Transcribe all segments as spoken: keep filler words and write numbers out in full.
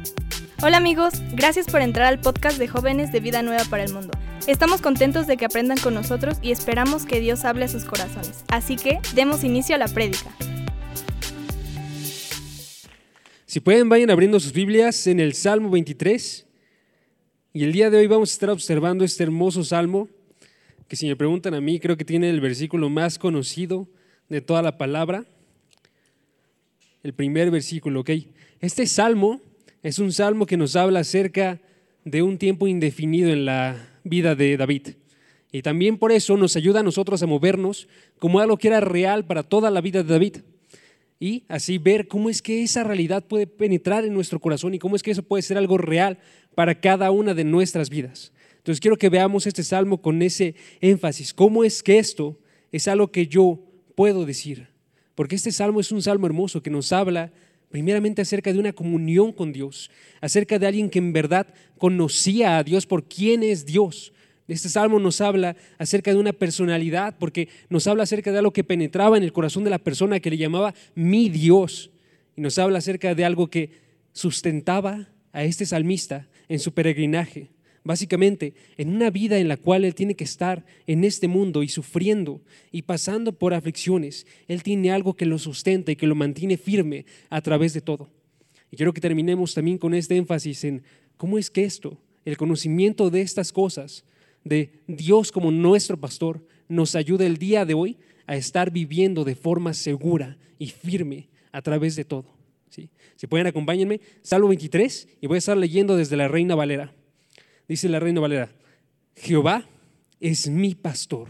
Hola amigos, gracias por entrar al podcast de Jóvenes de Vida Nueva para el Mundo. Estamos contentos de que aprendan con nosotros y esperamos que Dios hable a sus corazones. Así que, demos inicio a la prédica. Si pueden, vayan abriendo sus Biblias en el Salmo veintitrés. Y el día de hoy vamos a estar observando este hermoso salmo, que si me preguntan a mí, creo que tiene el versículo más conocido de toda la palabra. El primer versículo, ¿ok? Este salmo es un salmo que nos habla acerca de un tiempo indefinido en la vida de David. Y también por eso nos ayuda a nosotros a movernos como algo que era real para toda la vida de David. Y así ver cómo es que esa realidad puede penetrar en nuestro corazón y cómo es que eso puede ser algo real para cada una de nuestras vidas. Entonces quiero que veamos este salmo con ese énfasis. ¿Cómo es que esto es algo que yo puedo decir? Porque este salmo es un salmo hermoso que nos habla primeramente acerca de una comunión con Dios, acerca de alguien que en verdad conocía a Dios por quién es Dios. Este salmo nos habla acerca de una personalidad, porque nos habla acerca de algo que penetraba en el corazón de la persona que le llamaba mi Dios. Y nos habla acerca de algo que sustentaba a este salmista en su peregrinaje. Básicamente, en una vida en la cual él tiene que estar en este mundo y sufriendo y pasando por aflicciones, él tiene algo que lo sustenta y que lo mantiene firme a través de todo. Y quiero que terminemos también con este énfasis en cómo es que esto, el conocimiento de estas cosas, de Dios como nuestro pastor, nos ayuda el día de hoy a estar viviendo de forma segura y firme a través de todo. ¿Sí? Si pueden, acompáñenme, Salmo veintitrés, y voy a estar leyendo desde la Reina Valera. Dice la Reina Valera: Jehová es mi pastor,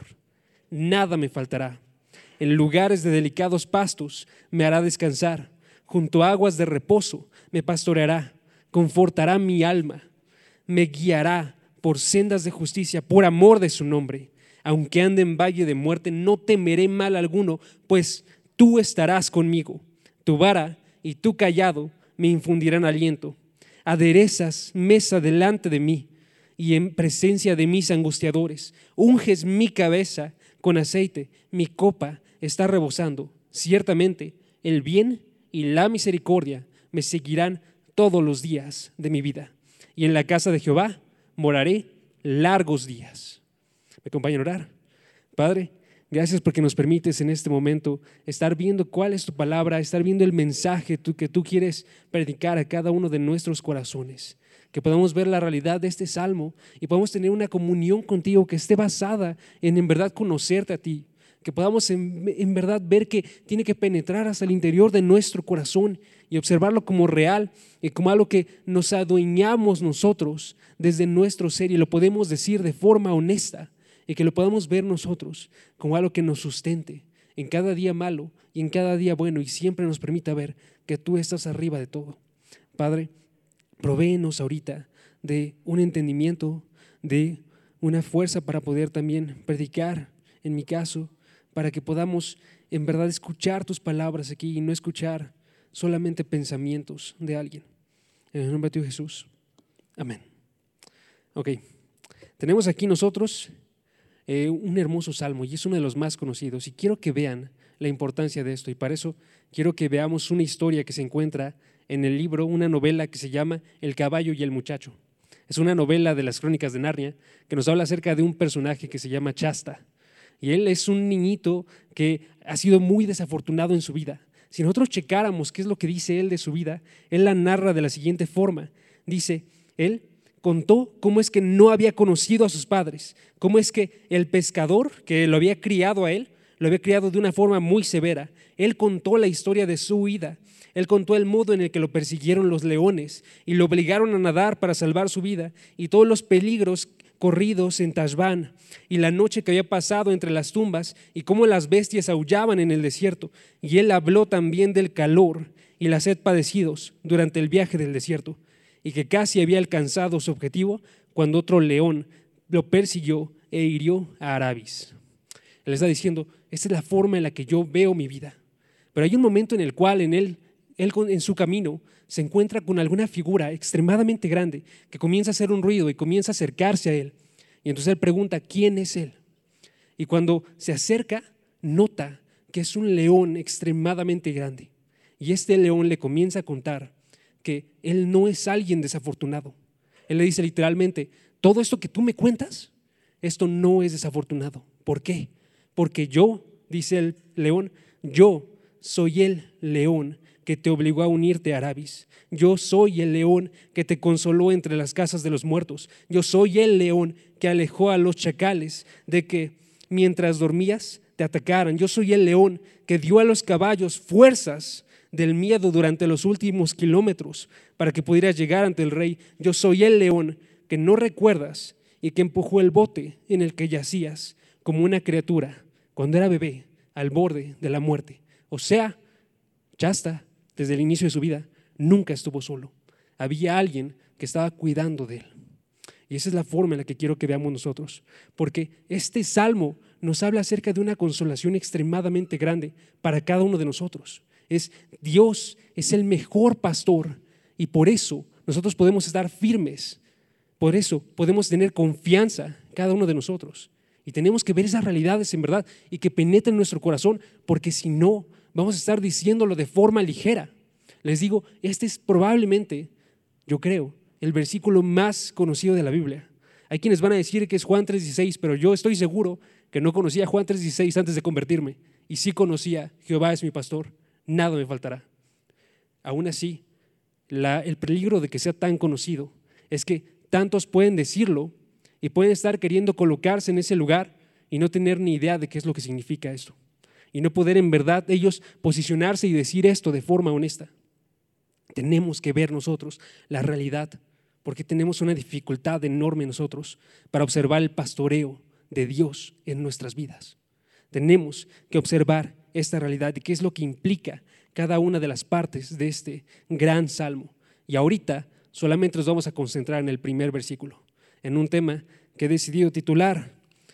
nada me faltará. En lugares de delicados pastos me hará descansar, junto a aguas de reposo me pastoreará, confortará mi alma, me guiará por sendas de justicia, por amor de su nombre. Aunque ande en valle de muerte, no temeré mal alguno, pues tú estarás conmigo. Tu vara y tu cayado me infundirán aliento. Aderezas mesa delante de mí, y en presencia de mis angustiadores. Unges mi cabeza con aceite, mi copa está rebosando. Ciertamente el bien y la misericordia me seguirán todos los días de mi vida, y en la casa de Jehová moraré largos días. ¿Me acompañan a orar? Padre, gracias porque nos permites en este momento estar viendo cuál es tu palabra, estar viendo el mensaje que tú quieres predicar a cada uno de nuestros corazones. Que podamos ver la realidad de este salmo y podamos tener una comunión contigo que esté basada en en verdad conocerte a ti. Que podamos en, en verdad ver que tiene que penetrar hasta el interior de nuestro corazón y observarlo como real y como algo que nos adueñamos nosotros desde nuestro ser y lo podemos decir de forma honesta y que lo podamos ver nosotros como algo que nos sustente en cada día malo y en cada día bueno y siempre nos permita ver que tú estás arriba de todo. Padre, provéenos ahorita de un entendimiento, de una fuerza para poder también predicar, en mi caso, para que podamos en verdad escuchar tus palabras aquí y no escuchar solamente pensamientos de alguien. En el nombre de tu Jesús. Amén. Ok, tenemos aquí nosotros eh, un hermoso salmo y es uno de los más conocidos y quiero que vean la importancia de esto y para eso quiero que veamos una historia que se encuentra en el libro, una novela que se llama El caballo y el muchacho. Es una novela de las Crónicas de Narnia que nos habla acerca de un personaje que se llama Shasta. Y él es un niñito que ha sido muy desafortunado en su vida. Si nosotros checáramos qué es lo que dice él de su vida, él la narra de la siguiente forma. Dice, él contó cómo es que no había conocido a sus padres, cómo es que el pescador que lo había criado a él, lo había criado de una forma muy severa. Él contó la historia de su huida. Él contó el modo en el que lo persiguieron los leones y lo obligaron a nadar para salvar su vida y todos los peligros corridos en Tashbán y la noche que había pasado entre las tumbas y cómo las bestias aullaban en el desierto. Y él habló también del calor y la sed padecidos durante el viaje del desierto y que casi había alcanzado su objetivo cuando otro león lo persiguió e hirió a Arabis. Él está diciendo, esta es la forma en la que yo veo mi vida. Pero hay un momento en el cual en él Él en su camino se encuentra con alguna figura extremadamente grande que comienza a hacer un ruido y comienza a acercarse a él. Y entonces él pregunta, ¿quién es él? Y cuando se acerca, nota que es un león extremadamente grande. Y este león le comienza a contar que él no es alguien desafortunado. Él le dice literalmente, todo esto que tú me cuentas, esto no es desafortunado. ¿Por qué? Porque yo, dice el león, yo soy el león que te obligó a unirte a Arabis. Yo soy el león que te consoló entre las casas de los muertos. Yo soy el león que alejó a los chacales de que mientras dormías te atacaran. Yo soy el león que dio a los caballos fuerzas del miedo durante los últimos kilómetros para que pudieras llegar ante el rey. Yo soy el león que no recuerdas y que empujó el bote en el que yacías como una criatura cuando era bebé al borde de la muerte. O sea, Shasta, desde el inicio de su vida, nunca estuvo solo. Había alguien que estaba cuidando de él. Y esa es la forma en la que quiero que veamos nosotros, porque este salmo nos habla acerca de una consolación extremadamente grande para cada uno de nosotros. Es Dios es el mejor pastor y por eso nosotros podemos estar firmes, por eso podemos tener confianza cada uno de nosotros. Y tenemos que ver esas realidades en verdad y que penetren nuestro corazón, porque si no, vamos a estar diciéndolo de forma ligera. Les digo, este es probablemente, yo creo, el versículo más conocido de la Biblia. Hay quienes van a decir que es Juan tres dieciséis, pero yo estoy seguro que no conocía Juan tres dieciséis antes de convertirme. Y sí conocía, Jehová es mi pastor, nada me faltará. Aún así, la, el peligro de que sea tan conocido es que tantos pueden decirlo y pueden estar queriendo colocarse en ese lugar y no tener ni idea de qué es lo que significa esto. Y no poder en verdad ellos posicionarse y decir esto de forma honesta. Tenemos que ver nosotros la realidad, porque tenemos una dificultad enorme nosotros para observar el pastoreo de Dios en nuestras vidas. Tenemos que observar esta realidad y qué es lo que implica cada una de las partes de este gran salmo. Y ahorita solamente nos vamos a concentrar en el primer versículo, en un tema que he decidido titular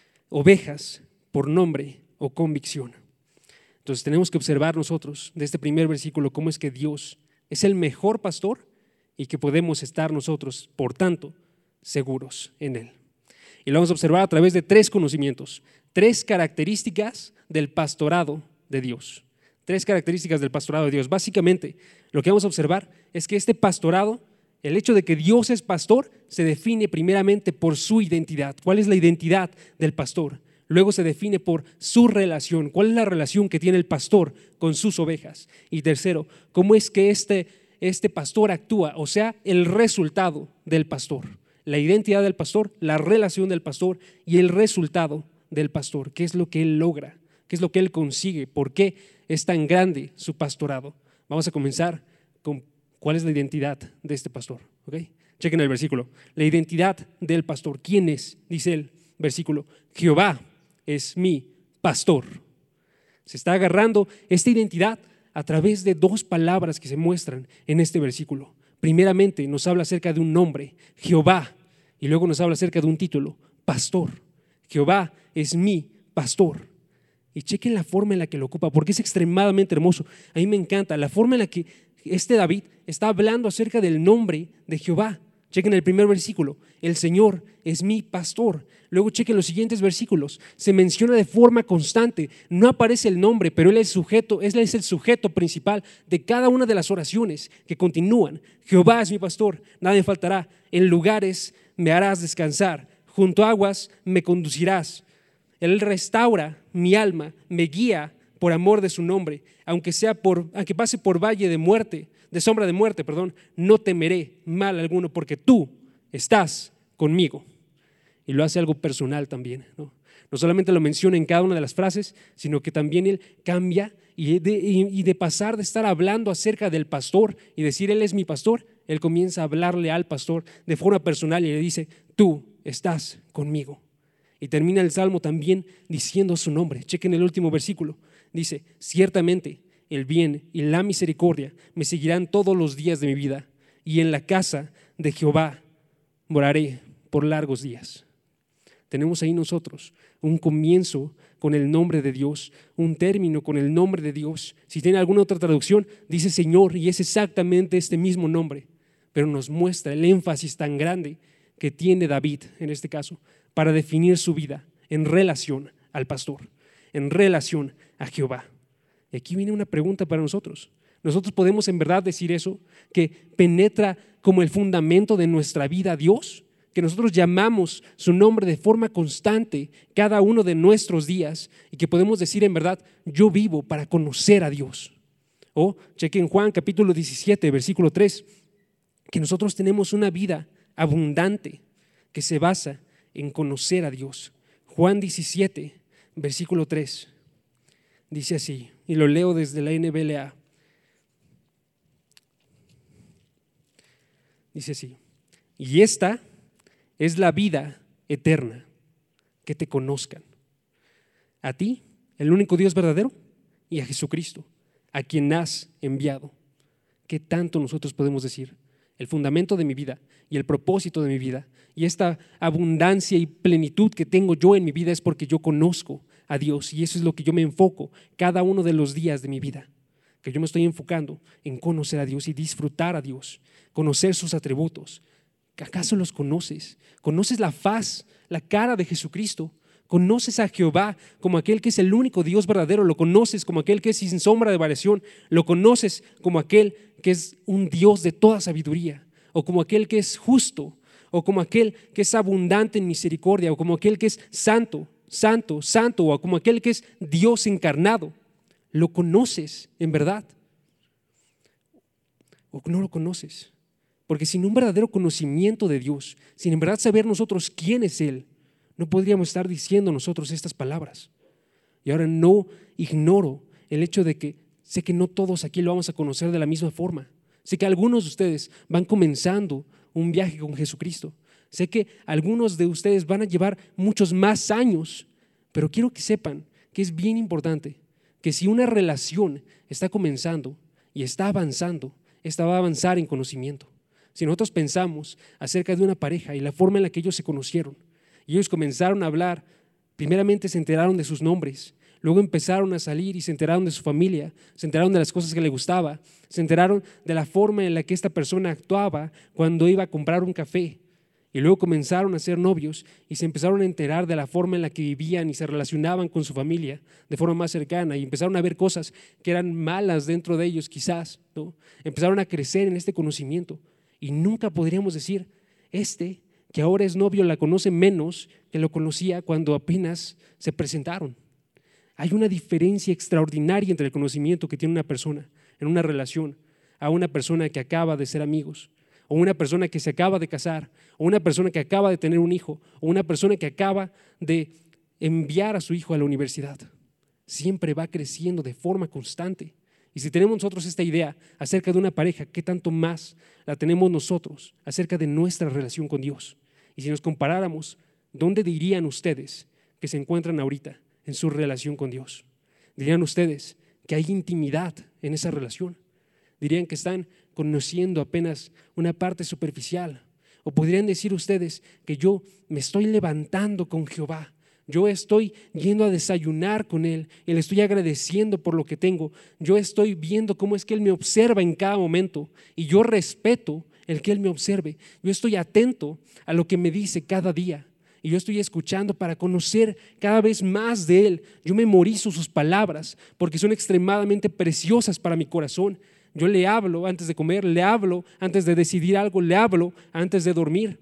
Ovejas por nombre o convicción. Entonces tenemos que observar nosotros de este primer versículo cómo es que Dios es el mejor pastor y que podemos estar nosotros, por tanto, seguros en Él. Y lo vamos a observar a través de tres conocimientos, tres características del pastorado de Dios. Tres características del pastorado de Dios. Básicamente, lo que vamos a observar es que este pastorado, el hecho de que Dios es pastor, se define primeramente por su identidad. ¿Cuál es la identidad del pastor? Luego se define por su relación. ¿Cuál es la relación que tiene el pastor con sus ovejas? Y tercero, ¿cómo es que este, este pastor actúa? O sea, el resultado del pastor. La identidad del pastor, la relación del pastor y el resultado del pastor. ¿Qué es lo que él logra? ¿Qué es lo que él consigue? ¿Por qué es tan grande su pastorado? Vamos a comenzar con cuál es la identidad de este pastor. ¿Okay? Chequen el versículo. La identidad del pastor. ¿Quién es? Dice el versículo. Jehová es mi pastor. Se está agarrando esta identidad a través de dos palabras que se muestran en este versículo. Primeramente nos habla acerca de un nombre, Jehová, y luego nos habla acerca de un título, pastor. Jehová es mi pastor. Y chequen la forma en la que lo ocupa, porque es extremadamente hermoso. A mí me encanta la forma en la que este David está hablando acerca del nombre de Jehová. Chequen el primer versículo, el Señor es mi pastor. Luego chequen los siguientes versículos, se menciona de forma constante, no aparece el nombre, pero él es, sujeto, él es el sujeto principal de cada una de las oraciones que continúan. Jehová es mi pastor, nada me faltará, en lugares me harás descansar, junto a aguas me conducirás. Él restaura mi alma, me guía por amor de su nombre, aunque sea por, aunque pase por valle de muerte, de sombra de muerte, perdón, no temeré mal alguno porque tú estás conmigo. Y lo hace algo personal también, ¿no? No solamente lo menciona en cada una de las frases, sino que también él cambia y de, y de pasar de estar hablando acerca del pastor y decir él es mi pastor, él comienza a hablarle al pastor de forma personal y le dice, tú estás conmigo. Y termina el salmo también diciendo su nombre. Chequen el último versículo. Dice, ciertamente el bien y la misericordia me seguirán todos los días de mi vida y en la casa de Jehová moraré por largos días. Tenemos ahí nosotros un comienzo con el nombre de Dios, un término con el nombre de Dios. Si tiene alguna otra traducción, dice Señor y es exactamente este mismo nombre, pero nos muestra el énfasis tan grande que tiene David en este caso para definir su vida en relación al pastor, en relación a Jehová. Y aquí viene una pregunta para nosotros. Nosotros podemos en verdad decir eso, que penetra como el fundamento de nuestra vida a Dios, que nosotros llamamos su nombre de forma constante cada uno de nuestros días y que podemos decir en verdad, yo vivo para conocer a Dios. O chequen Juan capítulo diecisiete, versículo tres, que nosotros tenemos una vida abundante que se basa en conocer a Dios. Juan diecisiete, versículo tres, dice así, y lo leo desde la N B L A. Dice así, y esta es la vida eterna, que te conozcan, a ti, el único Dios verdadero, y a Jesucristo, a quien has enviado. ¿Qué tanto nosotros podemos decir? El fundamento de mi vida y el propósito de mi vida y esta abundancia y plenitud que tengo yo en mi vida es porque yo conozco a Dios, y eso es lo que yo me enfoco cada uno de los días de mi vida, que yo me estoy enfocando en conocer a Dios y disfrutar a Dios, conocer sus atributos. ¿Acaso los conoces? ¿Conoces la faz, la cara de Jesucristo? ¿Conoces a Jehová como aquel que es el único Dios verdadero? ¿Lo conoces como aquel que es sin sombra de variación? ¿Lo conoces como aquel que es un Dios de toda sabiduría? ¿O como aquel que es justo? ¿O como aquel que es abundante en misericordia? ¿O como aquel que es santo, santo, santo? ¿O como aquel que es Dios encarnado? ¿Lo conoces en verdad? ¿O no lo conoces? Porque sin un verdadero conocimiento de Dios, sin en verdad saber nosotros quién es Él, no podríamos estar diciendo nosotros estas palabras. Y ahora no ignoro el hecho de que sé que no todos aquí lo vamos a conocer de la misma forma. Sé que algunos de ustedes van comenzando un viaje con Jesucristo. Sé que algunos de ustedes van a llevar muchos más años, pero quiero que sepan que es bien importante que si una relación está comenzando y está avanzando, esta va a avanzar en conocimiento. Si nosotros pensamos acerca de una pareja y la forma en la que ellos se conocieron, y ellos comenzaron a hablar, primeramente se enteraron de sus nombres, luego empezaron a salir y se enteraron de su familia, se enteraron de las cosas que le gustaba, se enteraron de la forma en la que esta persona actuaba cuando iba a comprar un café, y luego comenzaron a ser novios y se empezaron a enterar de la forma en la que vivían y se relacionaban con su familia de forma más cercana, y empezaron a ver cosas que eran malas dentro de ellos quizás, ¿no? Empezaron a crecer en este conocimiento y nunca podríamos decir, este que ahora es novio la conoce menos que lo conocía cuando apenas se presentaron. Hay una diferencia extraordinaria entre el conocimiento que tiene una persona en una relación a una persona que acaba de ser amigos, o una persona que se acaba de casar, o una persona que acaba de tener un hijo, o una persona que acaba de enviar a su hijo a la universidad. Siempre va creciendo de forma constante. Y si tenemos nosotros esta idea acerca de una pareja, ¿qué tanto más la tenemos nosotros acerca de nuestra relación con Dios? Y si nos comparáramos, ¿dónde dirían ustedes que se encuentran ahorita en su relación con Dios? ¿Dirían ustedes que hay intimidad en esa relación? ¿Dirían que están conociendo apenas una parte superficial? ¿O podrían decir ustedes que yo me estoy levantando con Jehová? Yo estoy yendo a desayunar con Él y le estoy agradeciendo por lo que tengo. Yo estoy viendo cómo es que Él me observa en cada momento y yo respeto el que Él me observe. Yo estoy atento a lo que me dice cada día y yo estoy escuchando para conocer cada vez más de Él. Yo memorizo sus palabras porque son extremadamente preciosas para mi corazón. Yo le hablo antes de comer, le hablo antes de decidir algo, le hablo antes de dormir.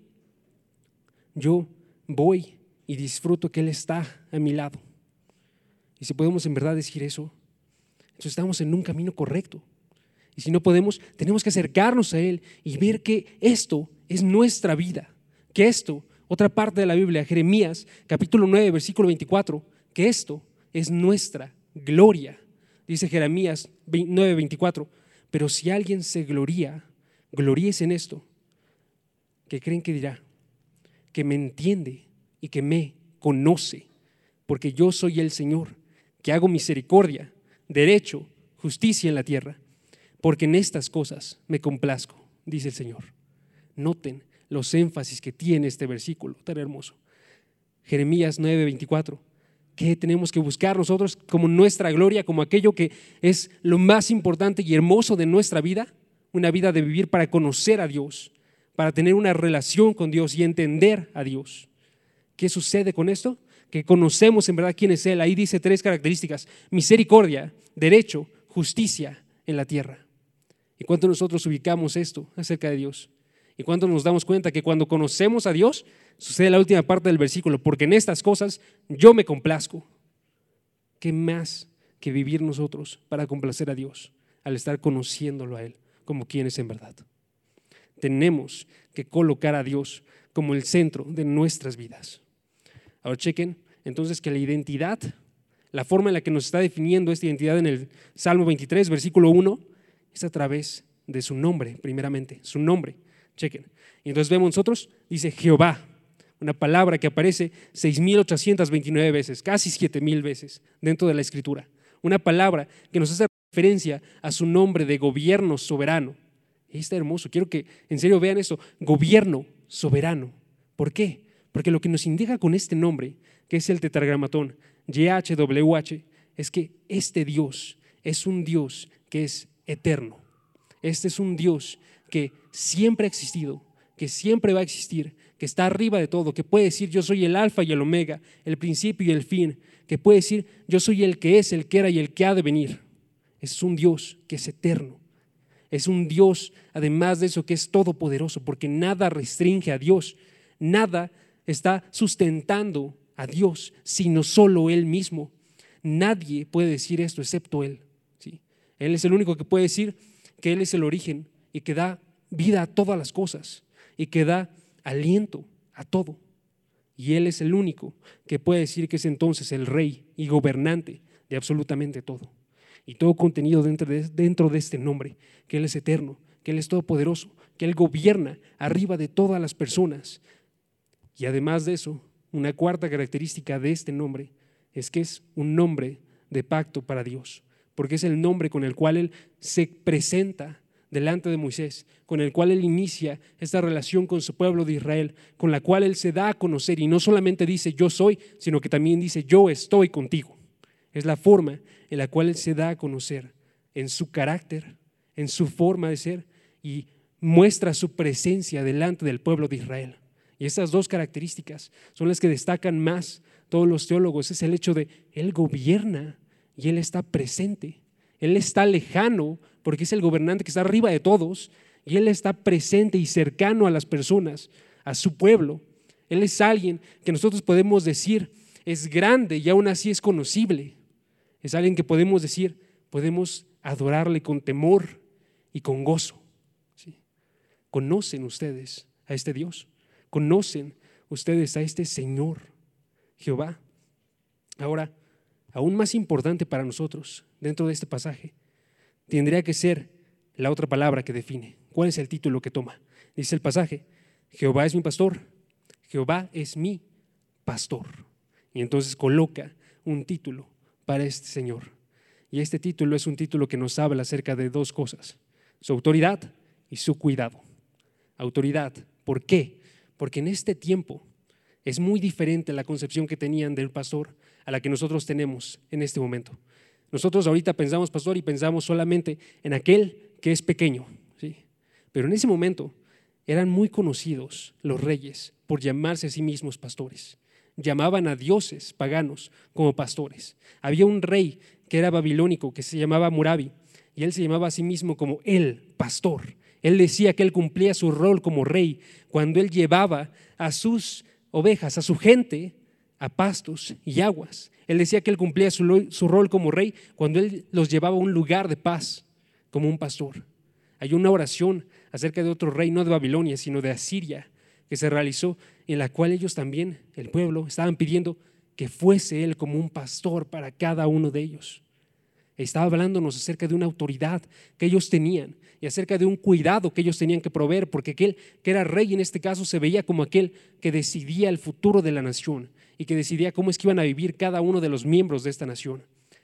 Yo voy y disfruto que Él está a mi lado. Y si podemos en verdad decir eso, entonces estamos en un camino correcto. Y si no podemos, tenemos que acercarnos a Él y ver que esto es nuestra vida. Que esto, otra parte de la Biblia, Jeremías capítulo nueve, versículo veinticuatro, que esto es nuestra gloria. Dice Jeremías nueve, veinticuatro, pero si alguien se gloría, gloríese en esto. ¿Qué creen que dirá? Que me entiende y que me conoce, porque yo soy el Señor, que hago misericordia, derecho, justicia en la tierra, porque en estas cosas me complazco, dice el Señor. Noten los énfasis que tiene este versículo tan hermoso. Jeremías nueve, veinticuatro. ¿Qué tenemos que buscar nosotros como nuestra gloria, como aquello que es lo más importante y hermoso de nuestra vida? Una vida de vivir para conocer a Dios, para tener una relación con Dios y entender a Dios. ¿Qué sucede con esto? Que conocemos en verdad quién es Él. Ahí dice tres características: misericordia, derecho, justicia en la tierra. ¿Y cuánto nosotros ubicamos esto acerca de Dios? ¿Y cuánto nos damos cuenta que cuando conocemos a Dios, sucede la última parte del versículo, porque en estas cosas yo me complazco? ¿Qué más que vivir nosotros para complacer a Dios al estar conociéndolo a Él como quien es en verdad? Tenemos que colocar a Dios como el centro de nuestras vidas. Ahora chequen entonces que la identidad, la forma en la que nos está definiendo esta identidad en el Salmo veintitrés, versículo uno, es a través de su nombre, primeramente, su nombre. Chequen. Y entonces vemos nosotros, dice Jehová, una palabra que aparece seis mil ochocientas veintinueve veces, casi siete mil veces dentro de la Escritura. Una palabra que nos hace referencia a su nombre de gobierno soberano. Y está hermoso, quiero que en serio vean esto, gobierno soberano. ¿Por qué? Porque lo que nos indica con este nombre, que es el tetragramatón, G H W H, es que este Dios es un Dios que es eterno. Este es un Dios que siempre ha existido, que siempre va a existir, que está arriba de todo, que puede decir yo soy el alfa y el omega, el principio y el fin, que puede decir yo soy el que es, el que era y el que ha de venir. Es un Dios que es eterno. Es un Dios, además de eso, que es todopoderoso, porque nada restringe a Dios, nada está sustentando a Dios, sino solo Él mismo. Nadie puede decir esto excepto Él, ¿sí? Él es el único que puede decir que Él es el origen y que da vida a todas las cosas y que da aliento a todo. Y Él es el único que puede decir que es entonces el rey y gobernante de absolutamente todo. Y todo contenido dentro de, dentro de este nombre, que Él es eterno, que Él es todopoderoso, que Él gobierna arriba de todas las personas. Y además de eso, una cuarta característica de este nombre es que es un nombre de pacto para Dios, porque es el nombre con el cual Él se presenta delante de Moisés, con el cual Él inicia esta relación con su pueblo de Israel, con la cual Él se da a conocer y no solamente dice yo soy, sino que también dice yo estoy contigo. Es la forma en la cual Él se da a conocer en su carácter, en su forma de ser y muestra su presencia delante del pueblo de Israel. Y estas dos características son las que destacan más todos los teólogos. Es el hecho de Él gobierna y Él está presente. Él está lejano porque es el gobernante que está arriba de todos y Él está presente y cercano a las personas, a su pueblo. Él es alguien que nosotros podemos decir es grande y aún así es conocible. Es alguien que podemos decir, podemos adorarle con temor y con gozo. ¿Sí? ¿Conocen ustedes a este Dios? ¿Conocen ustedes a este Señor, Jehová? Ahora, aún más importante para nosotros dentro de este pasaje, tendría que ser la otra palabra que define. ¿Cuál es el título que toma? Dice el pasaje, Jehová es mi pastor, Jehová es mi pastor. Y entonces coloca un título para este Señor. Y este título es un título que nos habla acerca de dos cosas, su autoridad y su cuidado. Autoridad, ¿por qué? Porque en este tiempo es muy diferente la concepción que tenían del pastor a la que nosotros tenemos en este momento. Nosotros ahorita pensamos pastor y pensamos solamente en aquel que es pequeño, ¿sí? Pero en ese momento eran muy conocidos los reyes por llamarse a sí mismos pastores. Llamaban a dioses paganos como pastores. Había un rey que era babilónico que se llamaba Murabi y él se llamaba a sí mismo como el pastor. Él decía que él cumplía su rol como rey cuando él llevaba a sus ovejas, a su gente, a pastos y aguas. Él decía que él cumplía su, su rol como rey cuando él los llevaba a un lugar de paz como un pastor. Hay una oración acerca de otro rey, no de Babilonia, sino de Asiria, que se realizó, en la cual ellos también, el pueblo, estaban pidiendo que fuese él como un pastor para cada uno de ellos. Estaba hablándonos acerca de una autoridad que ellos tenían y acerca de un cuidado que ellos tenían que proveer, porque aquel que era rey en este caso se veía como aquel que decidía el futuro de la nación y que decidía cómo es que iban a vivir cada uno de los miembros de esta nación.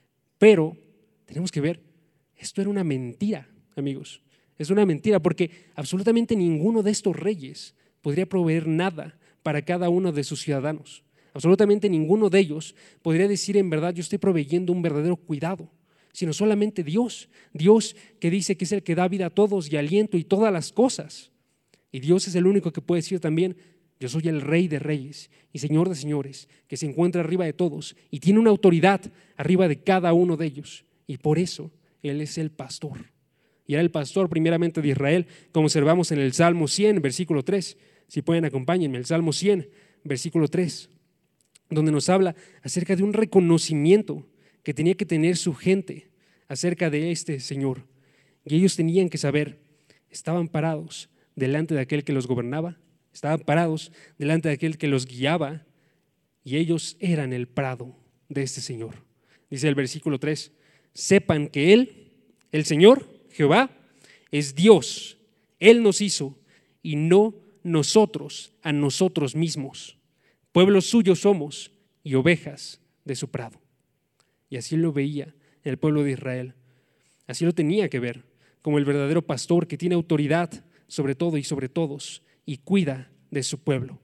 Pero tenemos que ver, esto era una mentira, amigos. Es una mentira porque absolutamente ninguno de estos reyes podría proveer nada para cada uno de sus ciudadanos. Absolutamente ninguno de ellos podría decir en verdad yo estoy proveyendo un verdadero cuidado, sino solamente Dios. Dios que dice que es el que da vida a todos y aliento y todas las cosas. Y Dios es el único que puede decir también yo soy el Rey de Reyes y Señor de Señores, que se encuentra arriba de todos y tiene una autoridad arriba de cada uno de ellos. Y por eso Él es el pastor. y era el pastor primeramente de Israel, como observamos en el Salmo cien, versículo tres. Si pueden, acompáñenme, el Salmo cien, versículo tres, donde nos habla acerca de un reconocimiento que tenía que tener su gente acerca de este Señor. Y ellos tenían que saber, estaban parados delante de aquel que los gobernaba, estaban parados delante de aquel que los guiaba, y ellos eran el prado de este Señor. Dice el versículo tres, sepan que Él, el Señor, Jehová, es Dios. Él nos hizo y no nosotros a nosotros mismos. Pueblos suyos somos y ovejas de su prado. Y así lo veía el pueblo de Israel. Así lo tenía que ver, como el verdadero pastor que tiene autoridad sobre todo y sobre todos y cuida de su pueblo.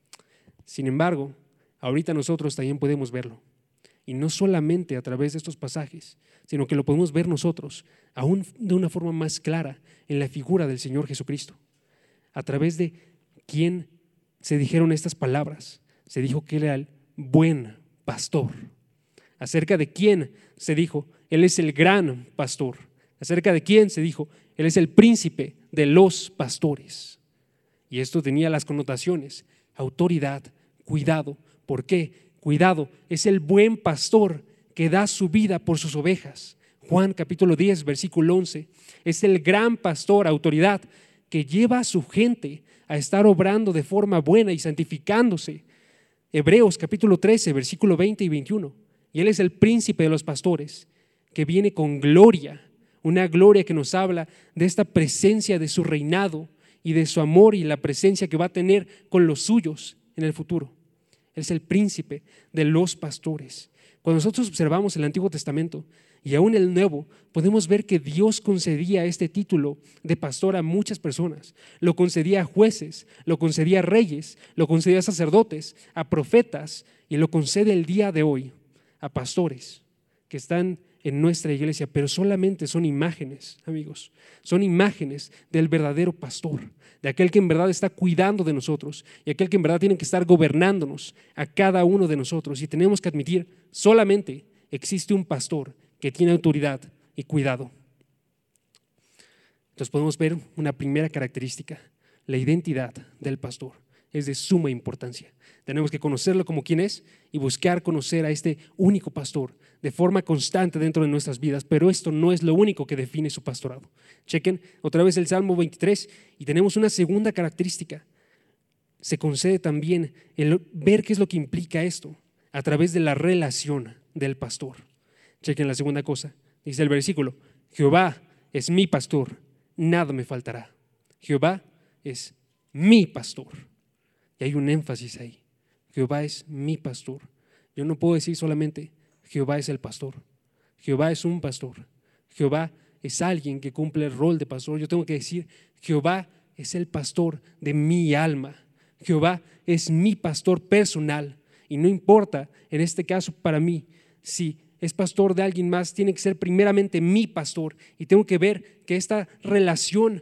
Sin embargo, ahorita nosotros también podemos verlo. Y no solamente a través de estos pasajes, sino que lo podemos ver nosotros aún de una forma más clara en la figura del Señor Jesucristo. A través de quien se dijeron estas palabras, se dijo que Él era el buen pastor. Acerca de quién se dijo, Él es el gran pastor. Acerca de quién se dijo, Él es el príncipe de los pastores. Y esto tenía las connotaciones, autoridad, cuidado. ¿Por qué? Cuidado, es el buen pastor que da su vida por sus ovejas. Juan capítulo diez, versículo once, es el gran pastor, autoridad, que lleva a su gente a estar obrando de forma buena y santificándose. Hebreos capítulo trece, versículo veinte y veintiuno, y Él es el príncipe de los pastores, que viene con gloria, una gloria que nos habla de esta presencia de su reinado y de su amor y la presencia que va a tener con los suyos en el futuro. Él es el príncipe de los pastores. Cuando nosotros observamos el Antiguo Testamento y aún el Nuevo, podemos ver que Dios concedía este título de pastor a muchas personas. Lo concedía a jueces, lo concedía a reyes, lo concedía a sacerdotes, a profetas, y lo concede el día de hoy a pastores que están en nuestra iglesia, pero solamente son imágenes, amigos, son imágenes del verdadero pastor, de aquel que en verdad está cuidando de nosotros y aquel que en verdad tiene que estar gobernándonos a cada uno de nosotros. Y tenemos que admitir, solamente existe un pastor que tiene autoridad y cuidado. Entonces podemos ver una primera característica, la identidad del pastor es de suma importancia. Tenemos que conocerlo como quien es y buscar conocer a este único pastor de forma constante dentro de nuestras vidas, pero esto no es lo único que define su pastorado. Chequen otra vez el Salmo veintitrés y tenemos una segunda característica. Se concede también el ver qué es lo que implica esto a través de la relación del pastor. Chequen la segunda cosa, dice el versículo, Jehová es mi pastor, nada me faltará. Jehová es mi pastor. Y hay un énfasis ahí. Jehová es mi pastor. Yo no puedo decir solamente Jehová es el pastor. Jehová es un pastor. Jehová es alguien que cumple el rol de pastor. Yo tengo que decir Jehová es el pastor de mi alma. Jehová es mi pastor personal. Y no importa en este caso para mí si es pastor de alguien más, tiene que ser primeramente mi pastor. Y tengo que ver que esta relación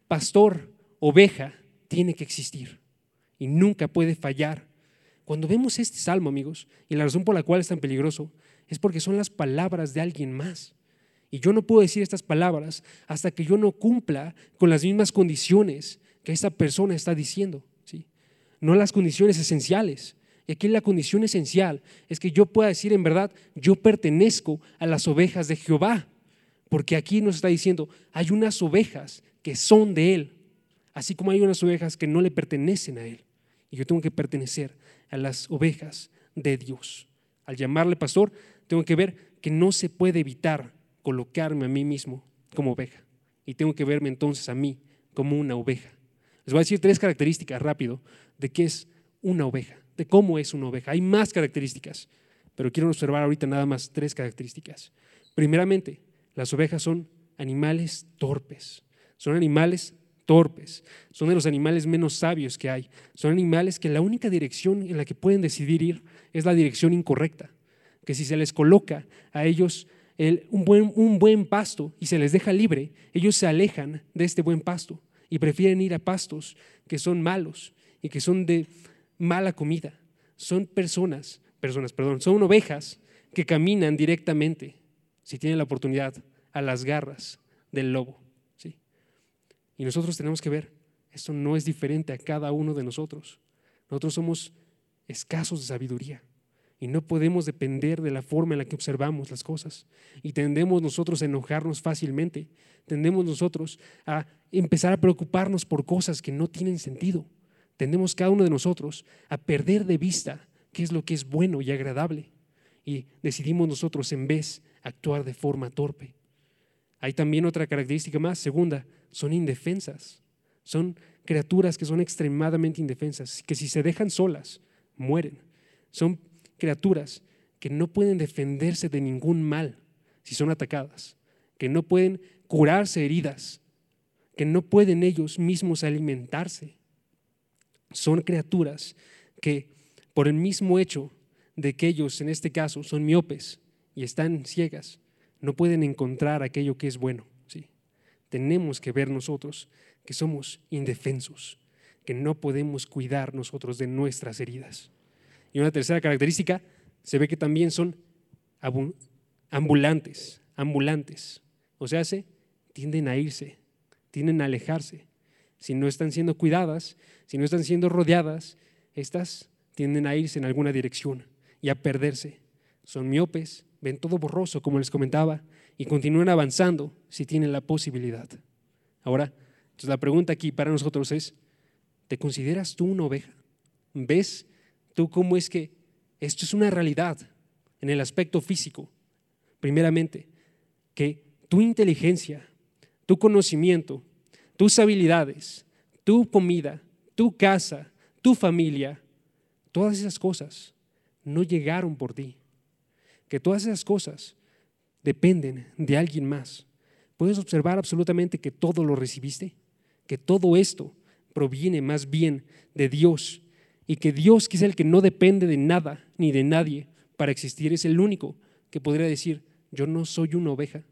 pastor-oveja tiene que existir. Y nunca puede fallar. Cuando vemos este salmo, amigos, y la razón por la cual es tan peligroso es porque son las palabras de alguien más. Y yo no puedo decir estas palabras hasta que yo no cumpla con las mismas condiciones que esta persona está diciendo, ¿sí? No las condiciones esenciales. Y aquí la condición esencial es que yo pueda decir en verdad, yo pertenezco a las ovejas de Jehová. Porque aquí nos está diciendo, hay unas ovejas que son de Él, así como hay unas ovejas que no le pertenecen a Él. Y yo tengo que pertenecer a las ovejas de Dios. Al llamarle pastor, tengo que ver que no se puede evitar colocarme a mí mismo como oveja. Y tengo que verme entonces a mí como una oveja. Les voy a decir tres características rápido de qué es una oveja, de cómo es una oveja. Hay más características, pero quiero observar ahorita nada más tres características. Primeramente, las ovejas son animales torpes. Son animales torpes, son de los animales menos sabios que hay, son animales que la única dirección en la que pueden decidir ir es la dirección incorrecta, que si se les coloca a ellos el, un, buen, un buen pasto y se les deja libre, ellos se alejan de este buen pasto y prefieren ir a pastos que son malos y que son de mala comida. Son personas, personas, perdón, son ovejas que caminan directamente, si tienen la oportunidad, a las garras del lobo. Y nosotros tenemos que ver, esto no es diferente a cada uno de nosotros. Nosotros somos escasos de sabiduría y no podemos depender de la forma en la que observamos las cosas. Y tendemos nosotros a enojarnos fácilmente, tendemos nosotros a empezar a preocuparnos por cosas que no tienen sentido. Tendemos cada uno de nosotros a perder de vista qué es lo que es bueno y agradable. Y decidimos nosotros en vez actuar de forma torpe. Hay también otra característica más, segunda, son indefensas. Son criaturas que son extremadamente indefensas, que si se dejan solas, mueren. Son criaturas que no pueden defenderse de ningún mal si son atacadas, que no pueden curarse heridas, que no pueden ellos mismos alimentarse. Son criaturas que por el mismo hecho de que ellos en este caso son miopes y están ciegas, no pueden encontrar aquello que es bueno, ¿sí? Tenemos que ver nosotros que somos indefensos, que no podemos cuidar nosotros de nuestras heridas. Y una tercera característica, se ve que también son ambulantes, ambulantes, o sea, se tienden a irse, tienden a alejarse. Si no están siendo cuidadas, si no están siendo rodeadas, estas tienden a irse en alguna dirección y a perderse. Son miopes, ven todo borroso, como les comentaba, y continúan avanzando si tienen la posibilidad. Ahora, entonces la pregunta aquí para nosotros es, ¿te consideras tú una oveja? ¿Ves tú cómo es que esto es una realidad en el aspecto físico? Primeramente, que tu inteligencia, tu conocimiento, tus habilidades, tu comida, tu casa, tu familia, todas esas cosas no llegaron por ti. Que todas esas cosas dependen de alguien más. Puedes observar absolutamente que todo lo recibiste, que todo esto proviene más bien de Dios y que Dios, que es el que no depende de nada ni de nadie para existir, es el único que podría decir, yo no soy una oveja.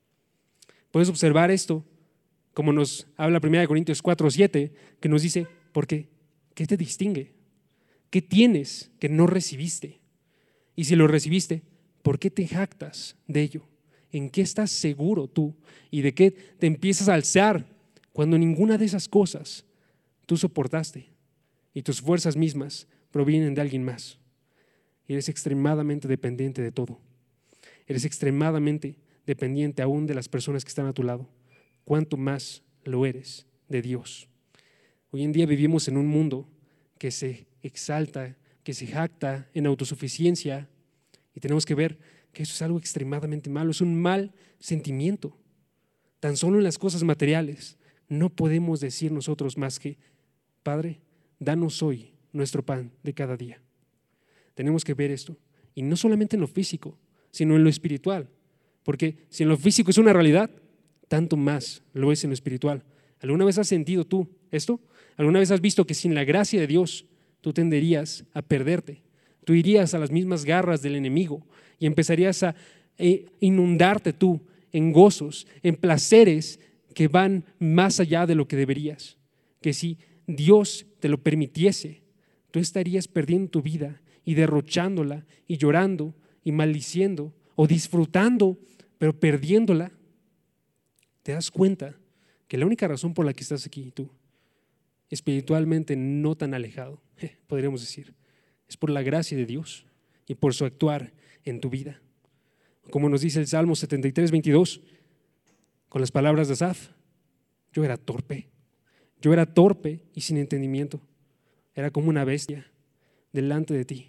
Puedes observar esto como nos habla primera Corintios cuatro siete, que nos dice, ¿por qué? ¿Qué te distingue? ¿Qué tienes que no recibiste? Y si lo recibiste, ¿por qué te jactas de ello? ¿En qué estás seguro tú? ¿Y de qué te empiezas a alzar cuando ninguna de esas cosas tú soportaste y tus fuerzas mismas provienen de alguien más? Eres extremadamente dependiente de todo. Eres extremadamente dependiente aún de las personas que están a tu lado. ¿Cuánto más lo eres de Dios? Hoy en día vivimos en un mundo que se exalta, que se jacta en autosuficiencia, y tenemos que ver que eso es algo extremadamente malo, es un mal sentimiento. Tan solo en las cosas materiales no podemos decir nosotros más que, Padre, danos hoy nuestro pan de cada día. Tenemos que ver esto, y no solamente en lo físico, sino en lo espiritual, porque si en lo físico es una realidad, tanto más lo es en lo espiritual. ¿Alguna vez has sentido tú esto? ¿Alguna vez has visto que sin la gracia de Dios tú tenderías a perderte? Tú irías a las mismas garras del enemigo y empezarías a inundarte tú en gozos, en placeres que van más allá de lo que deberías. Que si Dios te lo permitiese, tú estarías perdiendo tu vida y derrochándola y llorando y maldiciendo o disfrutando, pero perdiéndola. ¿Te das cuenta que la única razón por la que estás aquí tú, espiritualmente no tan alejado, podríamos decir, es por la gracia de Dios y por su actuar en tu vida? Como nos dice el Salmo setenta y tres, veintidós, con las palabras de Asaf, yo era torpe, yo era torpe y sin entendimiento, era como una bestia delante de ti.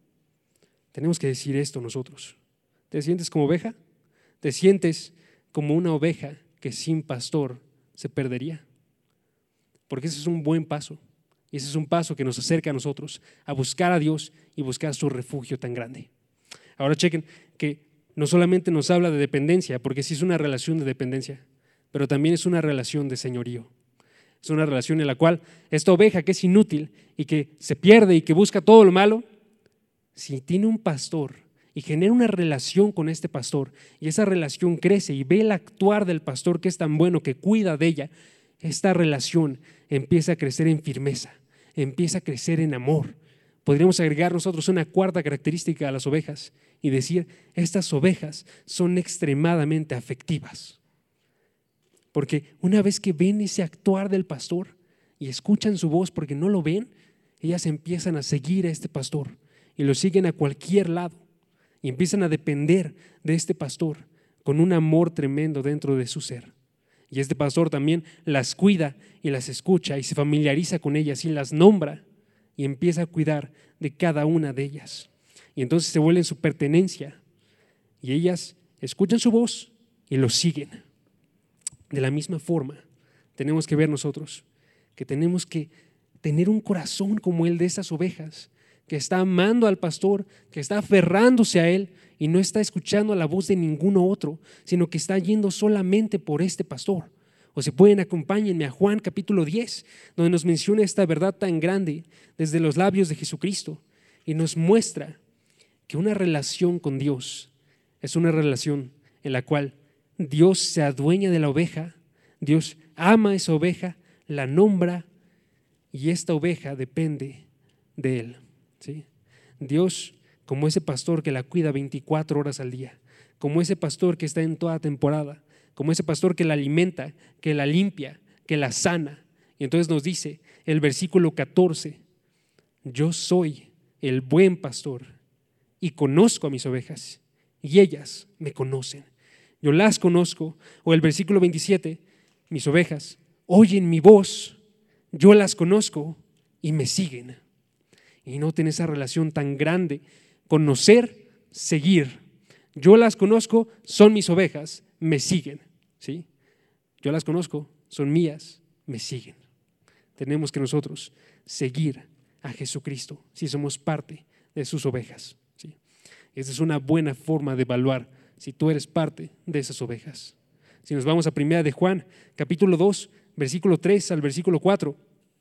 Tenemos que decir esto nosotros. ¿Te sientes como oveja? ¿Te sientes como una oveja que sin pastor se perdería? Porque ese es un buen paso, y ese es un paso que nos acerca a nosotros a buscar a Dios y buscar su refugio tan grande. Ahora chequen que no solamente nos habla de dependencia, porque sí es una relación de dependencia, pero también es una relación de señorío. Es una relación en la cual esta oveja que es inútil y que se pierde y que busca todo lo malo, si tiene un pastor y genera una relación con este pastor, y esa relación crece y ve el actuar del pastor que es tan bueno, que cuida de ella, esta relación empieza a crecer en firmeza, empieza a crecer en amor. Podríamos agregar nosotros una cuarta característica a las ovejas y decir, estas ovejas son extremadamente afectivas. Porque una vez que ven ese actuar del pastor y escuchan su voz porque no lo ven, ellas empiezan a seguir a este pastor y lo siguen a cualquier lado y empiezan a depender de este pastor con un amor tremendo dentro de su ser. Y este pastor también las cuida y las escucha y se familiariza con ellas y las nombra y empieza a cuidar de cada una de ellas. Y entonces se vuelven su pertenencia y ellas escuchan su voz y lo siguen. De la misma forma, tenemos que ver nosotros que tenemos que tener un corazón como el de estas ovejas, que está amando al pastor, que está aferrándose a él y no está escuchando la voz de ninguno otro, sino que está yendo solamente por este pastor. O si pueden, acompáñenme a Juan capítulo diez, donde nos menciona esta verdad tan grande desde los labios de Jesucristo y nos muestra que una relación con Dios es una relación en la cual Dios se adueña de la oveja, Dios ama a esa oveja, la nombra y esta oveja depende de él, ¿sí? Dios, como ese pastor que la cuida veinticuatro horas al día, como ese pastor que está en toda temporada, como ese pastor que la alimenta, que la limpia, que la sana. Y entonces nos dice el versículo catorce, yo soy el buen pastor y conozco a mis ovejas y ellas me conocen. Yo las conozco. O el versículo veintisiete, mis ovejas oyen mi voz, yo las conozco y me siguen. Y noten esa relación tan grande, conocer, seguir. Yo las conozco, son mis ovejas, me siguen, ¿sí? Yo las conozco, son mías, me siguen. Tenemos que nosotros seguir a Jesucristo si somos parte de sus ovejas, ¿sí? Esa es una buena forma de evaluar si tú eres parte de esas ovejas. Si nos vamos a primera de Juan, capítulo dos, versículo tres al versículo cuatro,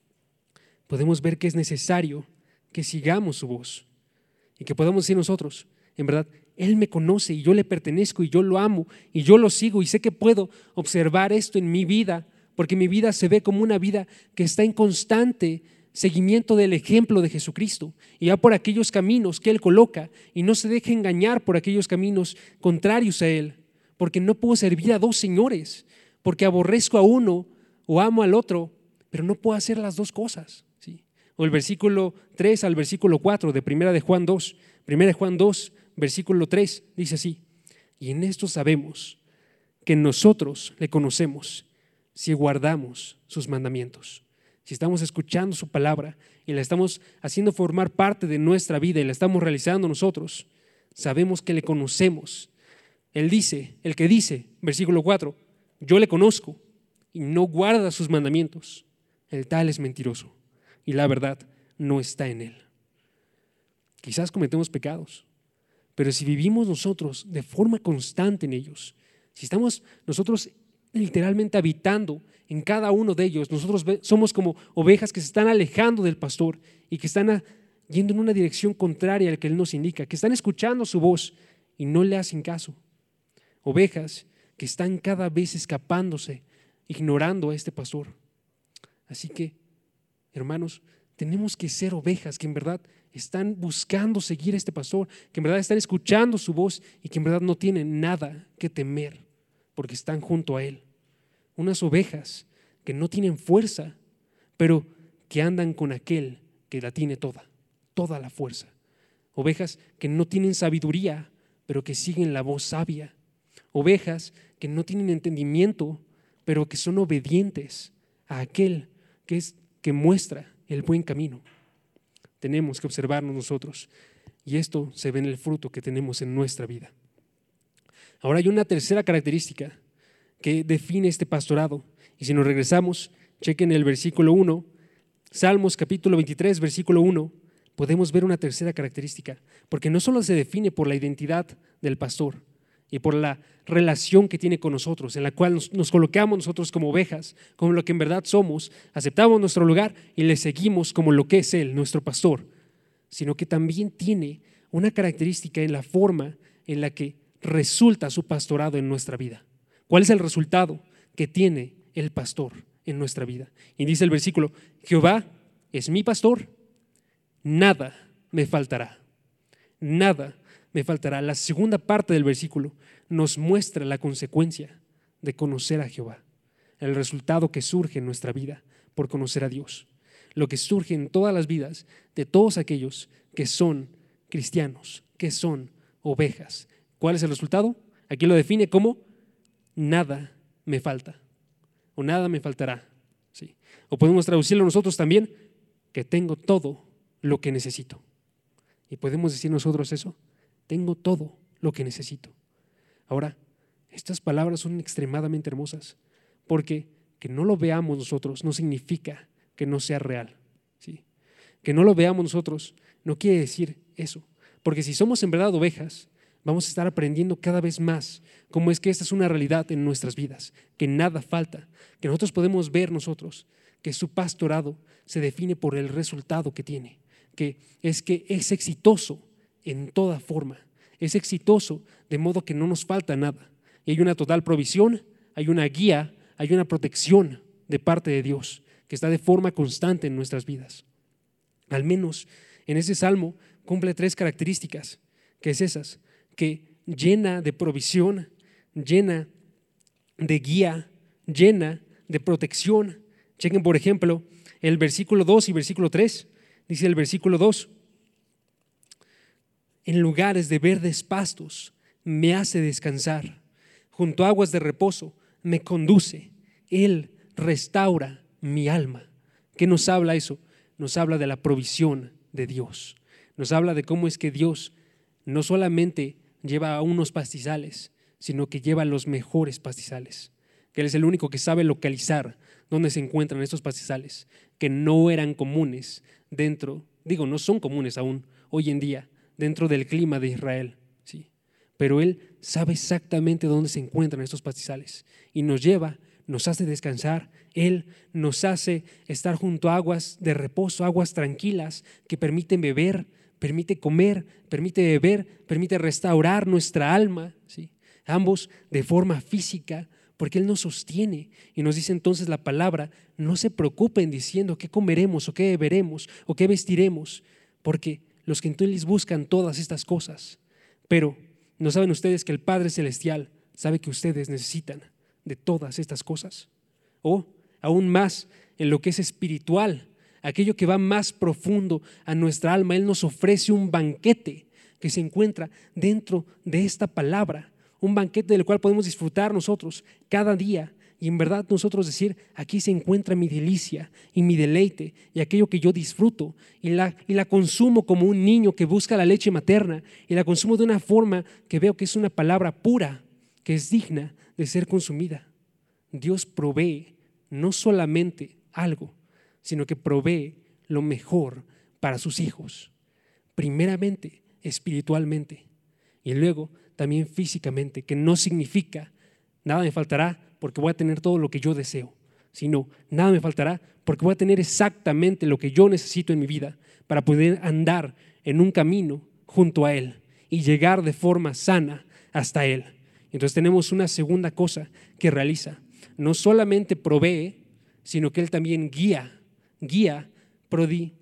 podemos ver que es necesario que sigamos su voz y que podamos decir nosotros, en verdad, Él me conoce y yo le pertenezco y yo lo amo y yo lo sigo y sé que puedo observar esto en mi vida porque mi vida se ve como una vida que está en constante seguimiento del ejemplo de Jesucristo y va por aquellos caminos que Él coloca y no se deje engañar por aquellos caminos contrarios a Él, porque no puedo servir a dos señores, porque aborrezco a uno o amo al otro, pero no puedo hacer las dos cosas, ¿sí? O el versículo tres al versículo cuatro de primera de Juan dos, primera de Juan dos, versículo tres, dice así, y en esto sabemos que nosotros le conocemos si guardamos sus mandamientos. Si estamos escuchando su palabra y la estamos haciendo formar parte de nuestra vida y la estamos realizando nosotros, sabemos que le conocemos. Él dice, el que dice, versículo cuatro, yo le conozco y no guarda sus mandamientos, el tal es mentiroso y la verdad no está en él. Quizás cometemos pecados, pero si vivimos nosotros de forma constante en ellos, si estamos nosotros literalmente habitando en cada uno de ellos, nosotros somos como ovejas que se están alejando del pastor y que están a, yendo en una dirección contraria a la que Él nos indica, que están escuchando su voz y no le hacen caso. Ovejas que están cada vez escapándose, ignorando a este pastor. Así que, hermanos, tenemos que ser ovejas que en verdad están buscando seguir a este pastor, que en verdad están escuchando su voz y que en verdad no tienen nada que temer porque están junto a Él. Unas ovejas que no tienen fuerza, pero que andan con aquel que la tiene toda, toda la fuerza. Ovejas que no tienen sabiduría, pero que siguen la voz sabia. Ovejas que no tienen entendimiento, pero que son obedientes a aquel que, es, que muestra el buen camino. Tenemos que observarnos nosotros y esto se ve en el fruto que tenemos en nuestra vida. Ahora hay una tercera característica que define este pastorado. Y si nos regresamos, chequen el versículo uno, Salmos capítulo veintitrés, versículo uno, podemos ver una tercera característica, porque no solo se define por la identidad del pastor y por la relación que tiene con nosotros, en la cual nos, nos colocamos nosotros como ovejas, como lo que en verdad somos, aceptamos nuestro lugar y le seguimos como lo que es Él, nuestro pastor, sino que también tiene una característica en la forma en la que resulta su pastorado en nuestra vida. ¿Cuál es el resultado que tiene el pastor en nuestra vida? Y dice el versículo, Jehová es mi pastor, nada me faltará, nada me faltará. La segunda parte del versículo nos muestra la consecuencia de conocer a Jehová. el resultado que surge en nuestra vida por conocer a Dios, lo que surge en todas las vidas de todos aquellos que son cristianos, que son ovejas. ¿Cuál es el resultado? Aquí lo define como nada me falta o nada me faltará. ¿Sí? O podemos traducirlo nosotros también, que tengo todo lo que necesito. Y podemos decir nosotros eso, tengo todo lo que necesito. Ahora, estas palabras son extremadamente hermosas, porque que no lo veamos nosotros no significa que no sea real. ¿Sí? Que no lo veamos nosotros no quiere decir eso, porque si somos en verdad ovejas, vamos a estar aprendiendo cada vez más cómo es que esta es una realidad en nuestras vidas, que nada falta, que nosotros podemos ver nosotros que su pastorado se define por el resultado que tiene, que es que es exitoso en toda forma, es exitoso de modo que no nos falta nada. Y hay una total provisión, hay una guía, hay una protección de parte de Dios que está de forma constante en nuestras vidas. Al menos en ese salmo cumple tres características, que es esas, que llena de provisión, llena de guía, llena de protección. Chequen por ejemplo el versículo dos y versículo tres. Dice el versículo dos: en lugares de verdes pastos me hace descansar, junto a aguas de reposo me conduce, Él restaura mi alma. ¿Qué nos habla eso? Nos habla de la provisión de Dios, nos habla de cómo es que Dios no solamente lleva a unos pastizales, sino que lleva a los mejores pastizales, que Él es el único que sabe localizar dónde se encuentran estos pastizales, que no eran comunes dentro, digo, no son comunes aún hoy en día dentro del clima de Israel, ¿sí? Pero Él sabe exactamente dónde se encuentran estos pastizales y nos lleva, nos hace descansar. Él nos hace estar junto a aguas de reposo, aguas tranquilas que permiten beber, permite comer, permite beber, permite restaurar nuestra alma, ¿sí? Ambos de forma física, porque Él nos sostiene y nos dice entonces la palabra: no se preocupen diciendo qué comeremos o qué beberemos o qué vestiremos, porque los gentiles buscan todas estas cosas, pero ¿no saben ustedes que el Padre Celestial sabe que ustedes necesitan de todas estas cosas? O aún más en lo que es espiritual, aquello que va más profundo a nuestra alma, Él nos ofrece un banquete que se encuentra dentro de esta palabra, un banquete del cual podemos disfrutar nosotros cada día y en verdad nosotros decir: aquí se encuentra mi delicia y mi deleite y aquello que yo disfruto y la, y la consumo como un niño que busca la leche materna y la consumo de una forma que veo que es una palabra pura, que es digna de ser consumida. Dios provee no solamente algo, sino que provee lo mejor para sus hijos, primeramente espiritualmente y luego también físicamente, que no significa nada me faltará porque voy a tener todo lo que yo deseo, sino nada me faltará porque voy a tener exactamente lo que yo necesito en mi vida para poder andar en un camino junto a Él y llegar de forma sana hasta Él. Entonces tenemos una segunda cosa que realiza: no solamente provee, sino que Él también guía, guía, prodi,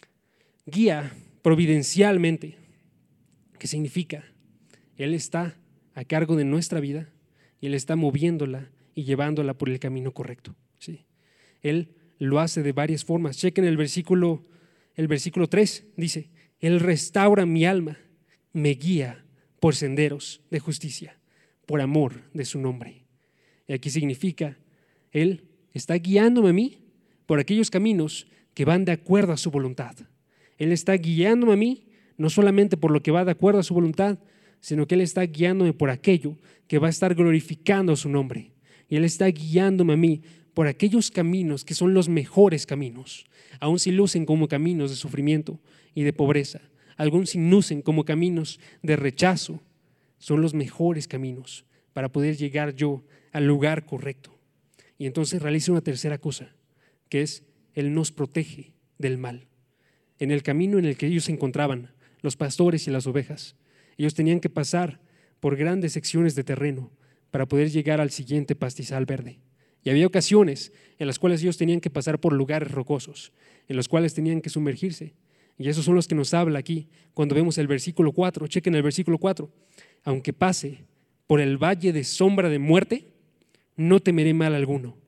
guía providencialmente, que significa Él está a cargo de nuestra vida y Él está moviéndola y llevándola por el camino correcto, ¿sí? Él lo hace de varias formas. Chequen el versículo, el versículo tres, dice: Él restaura mi alma, me guía por senderos de justicia, por amor de su nombre. Y aquí significa, Él está guiándome a mí por aquellos caminos que van de acuerdo a su voluntad. Él está guiándome a mí no solamente por lo que va de acuerdo a su voluntad, sino que Él está guiándome por aquello que va a estar glorificando su nombre. Y Él está guiándome a mí por aquellos caminos que son los mejores caminos, aun si lucen como caminos de sufrimiento y de pobreza, aun si lucen como caminos de rechazo, son los mejores caminos para poder llegar yo al lugar correcto. Y entonces realiza una tercera cosa, que es Él nos protege del mal. En el camino en el que ellos se encontraban, los pastores y las ovejas, ellos tenían que pasar por grandes secciones de terreno para poder llegar al siguiente pastizal verde. Y había ocasiones en las cuales ellos tenían que pasar por lugares rocosos, en los cuales tenían que sumergirse. Y esos son los que nos habla aquí cuando vemos el versículo cuatro. Chequen el versículo cuatro. Aunque pase por el valle de sombra de muerte, no temeré mal alguno,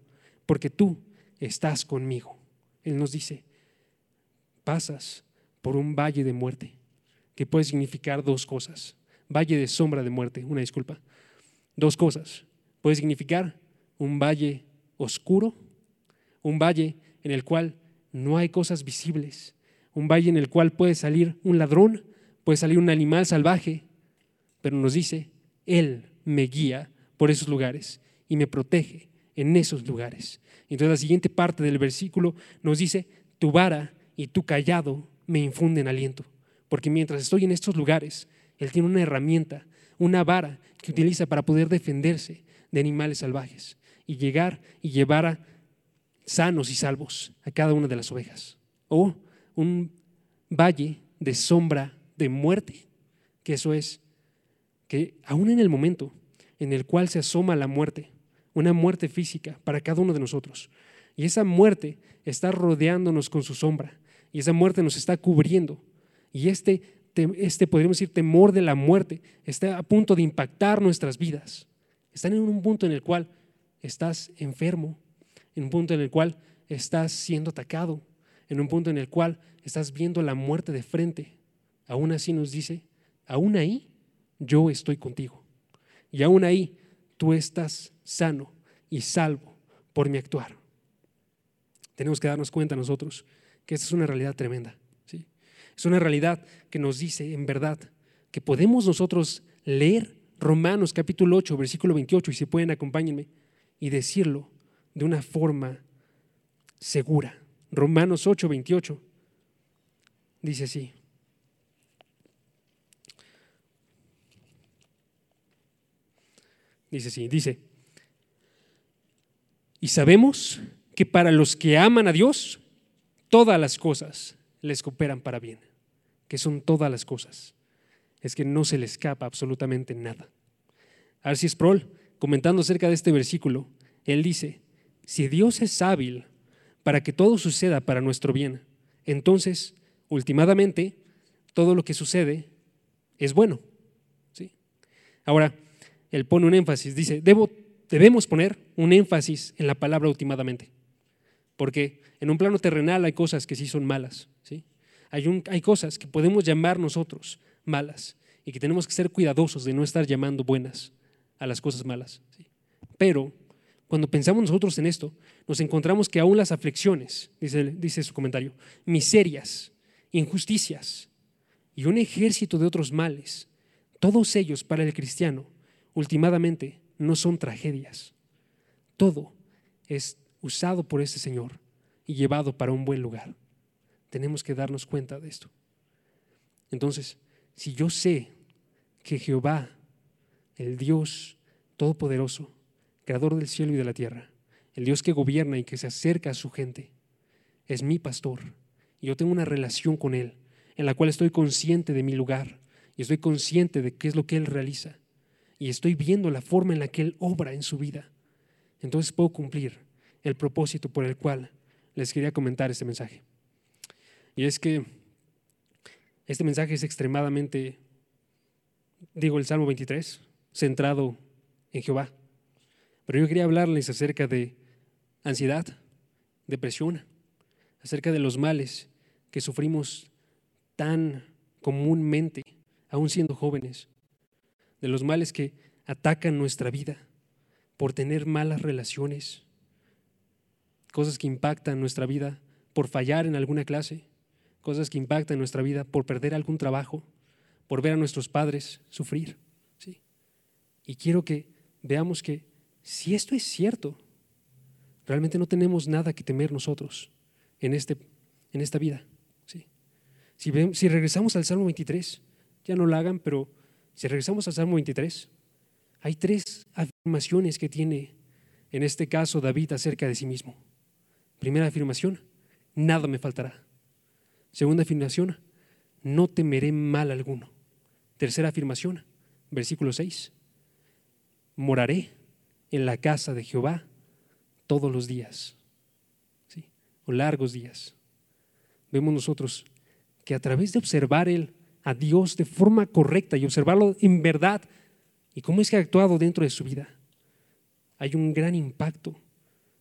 porque tú estás conmigo. Él nos dice, pasas por un valle de muerte, que puede significar dos cosas. Valle de sombra de muerte, una disculpa. Dos cosas. Puede significar un valle oscuro, un valle en el cual no hay cosas visibles, un valle en el cual puede salir un ladrón, puede salir un animal salvaje, pero nos dice, Él me guía por esos lugares y me protege en esos lugares. Entonces la siguiente parte del versículo nos dice, tu vara y tu cayado me infunden aliento, porque mientras estoy en estos lugares, Él tiene una herramienta, una vara que utiliza para poder defenderse de animales salvajes y llegar y llevar a sanos y salvos a cada una de las ovejas. O un valle de sombra de muerte, que eso es, que aún en el momento en el cual se asoma la muerte, una muerte física para cada uno de nosotros, y esa muerte está rodeándonos con su sombra, y esa muerte nos está cubriendo, y este, este podríamos decir temor de la muerte está a punto de impactar nuestras vidas. Están en un punto en el cual estás enfermo, en un punto en el cual estás siendo atacado, en un punto en el cual estás viendo la muerte de frente. Aún así nos dice, aún ahí yo estoy contigo, y aún ahí tú estás sano y salvo por mi actuar. Tenemos que darnos cuenta nosotros que esta es una realidad tremenda, ¿sí? Es una realidad que nos dice en verdad que podemos nosotros leer Romanos capítulo ocho, versículo veintiocho, y si pueden acompáñenme, y decirlo de una forma segura. Romanos ocho, veintiocho dice así. Dice así, dice, y sabemos que para los que aman a Dios, todas las cosas les cooperan para bien. ¿Qué son todas las cosas? Es que no se le escapa absolutamente nada. R C Sproul, comentando acerca de este versículo, él dice, si Dios es hábil para que todo suceda para nuestro bien, entonces, últimamente, todo lo que sucede es bueno, ¿sí? Ahora, él pone un énfasis, dice, Debo, debemos poner un énfasis en la palabra últimamente, porque en un plano terrenal hay cosas que sí son malas, ¿sí? Hay, un, hay cosas que podemos llamar nosotros malas y que tenemos que ser cuidadosos de no estar llamando buenas a las cosas malas, ¿sí? Pero cuando pensamos nosotros en esto, nos encontramos que aún las aflicciones, dice, dice su comentario, miserias, injusticias y un ejército de otros males, todos ellos para el cristiano, últimamente no son tragedias. Todo es usado por ese Señor y llevado para un buen lugar. Tenemos que darnos cuenta de esto. Entonces, si yo sé que Jehová, el Dios Todopoderoso, Creador del cielo y de la tierra, el Dios que gobierna y que se acerca a su gente, es mi pastor, y yo tengo una relación con Él en la cual estoy consciente de mi lugar y estoy consciente de qué es lo que Él realiza y estoy viendo la forma en la que Él obra en su vida, entonces puedo cumplir el propósito por el cual les quería comentar este mensaje. Y es que este mensaje es extremadamente, digo el Salmo veintitrés, centrado en Jehová. Pero yo quería hablarles acerca de ansiedad, depresión, acerca de los males que sufrimos tan comúnmente, aún siendo jóvenes, de los males que atacan nuestra vida por tener malas relaciones, cosas que impactan nuestra vida por fallar en alguna clase, cosas que impactan nuestra vida por perder algún trabajo, por ver a nuestros padres sufrir, ¿sí? Y quiero que veamos que si esto es cierto, realmente no tenemos nada que temer nosotros en, este, en esta vida, ¿sí? Si, ve, si regresamos al Salmo veintitrés, ya no lo hagan, pero si regresamos al Salmo veintitrés, hay tres afirmaciones que tiene en este caso David acerca de sí mismo. Primera afirmación, nada me faltará. Segunda afirmación, no temeré mal alguno. Tercera afirmación, versículo seis, moraré en la casa de Jehová todos los días, ¿sí? O largos días. Vemos nosotros que a través de observar él a Dios de forma correcta y observarlo en verdad y cómo es que ha actuado dentro de su vida, hay un gran impacto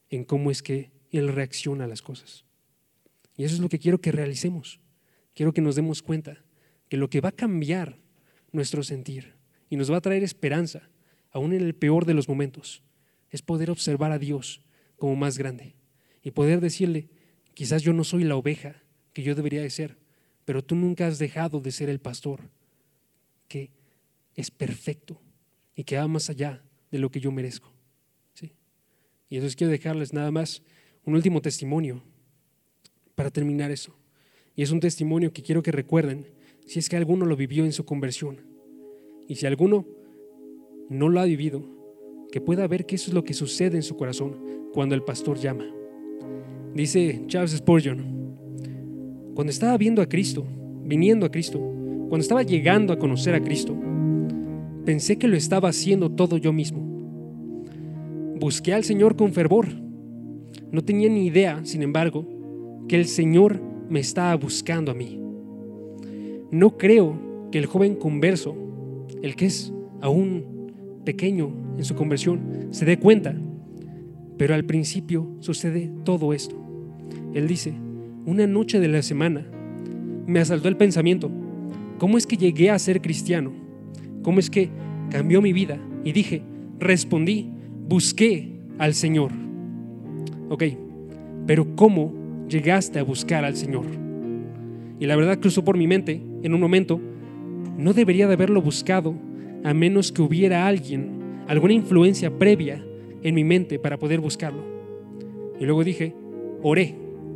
en cómo es que Él reacciona a las cosas. Y eso es lo que quiero que realicemos. Quiero que nos demos cuenta que lo que va a cambiar nuestro sentir y nos va a traer esperanza, aún en el peor de los momentos, es poder observar a Dios como más grande y poder decirle, quizás yo no soy la oveja que yo debería de ser, pero tú nunca has dejado de ser el pastor que es perfecto y que va más allá de lo que yo merezco. ¿Sí? Y entonces quiero dejarles nada más un último testimonio para terminar eso. Y es un testimonio que quiero que recuerden, si es que alguno lo vivió en su conversión. Y si alguno no lo ha vivido, que pueda ver que eso es lo que sucede en su corazón cuando el pastor llama. Dice Charles Spurgeon, cuando estaba viendo a Cristo, viniendo a Cristo, cuando estaba llegando a conocer a Cristo, pensé que lo estaba haciendo todo yo mismo. Busqué al Señor con fervor. No tenía ni idea, sin embargo, que el Señor me estaba buscando a mí. No creo que el joven converso, el que es aún pequeño en su conversión, se dé cuenta, pero al principio sucede todo esto. Él dice, una noche de la semana me asaltó el pensamiento, ¿cómo es que llegué a ser cristiano? ¿Cómo es que cambió mi vida? Y dije, respondí, busqué al Señor. Ok, pero ¿cómo llegaste a buscar al Señor? Y la verdad cruzó por mi mente en un momento, no debería de haberlo buscado a menos que hubiera alguien, alguna influencia previa en mi mente para poder buscarlo. Y luego dije, oré.